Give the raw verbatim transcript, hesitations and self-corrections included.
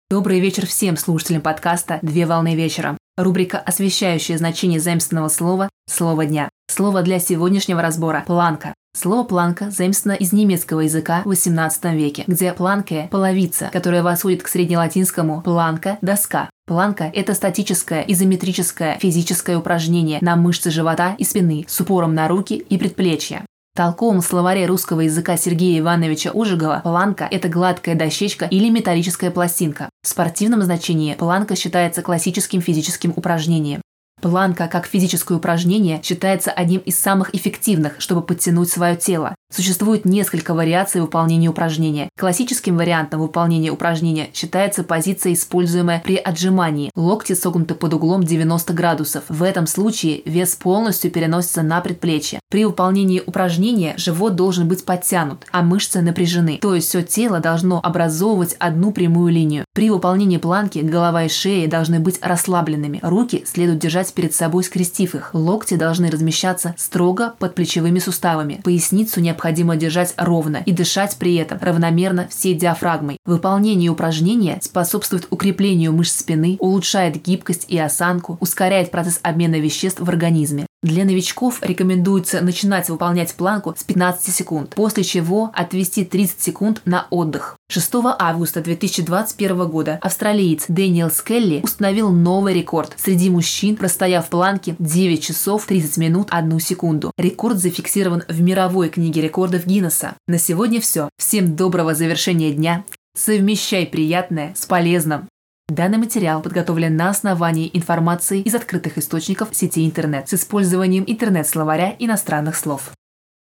Добрый вечер всем слушателям подкаста «Две волны вечером». Рубрика, освещающая значение заимствованного слова «Слово дня». Слово для сегодняшнего разбора – «планка». Слово «планка» заимствовано из немецкого языка в восемнадцатом веке, где «планке» – половица, которая восходит к среднелатинскому «планка» – доска. Планка – это статическое, изометрическое, физическое упражнение на мышцы живота и спины с упором на руки и предплечья. В толковом словаре русского языка Сергея Ивановича Ужегова планка – это гладкая дощечка или металлическая пластинка. В спортивном значении планка считается классическим физическим упражнением. Планка, как физическое упражнение, считается одним из самых эффективных, чтобы подтянуть свое тело. Существует несколько вариаций выполнения упражнения. Классическим вариантом выполнения упражнения считается позиция, используемая при отжимании. Локти согнуты под углом девяносто градусов. В этом случае вес полностью переносится на предплечье. При выполнении упражнения живот должен быть подтянут, а мышцы напряжены. То есть все тело должно образовывать одну прямую линию. При выполнении планки голова и шея должны быть расслабленными. Руки следует держать перед собой, скрестив их. Локти должны размещаться строго под плечевыми суставами. Поясницу необходимо держать ровно и дышать при этом равномерно всей диафрагмой. Выполнение упражнения способствует укреплению мышц спины, улучшает гибкость и осанку, ускоряет процесс обмена веществ в организме. Для новичков рекомендуется начинать выполнять планку с пятнадцати секунд, после чего отвести тридцать секунд на отдых. шестого августа две тысячи двадцать первого года австралиец Дэниел Скелли установил новый рекорд среди мужчин, простояв в планке девять часов тридцать минут одну секунду. Рекорд зафиксирован в мировой книге рекордов Гиннесса. На сегодня все. Всем доброго завершения дня. Совмещай приятное с полезным. Данный материал подготовлен на основании информации из открытых источников сети интернет с использованием интернет-словаря иностранных слов.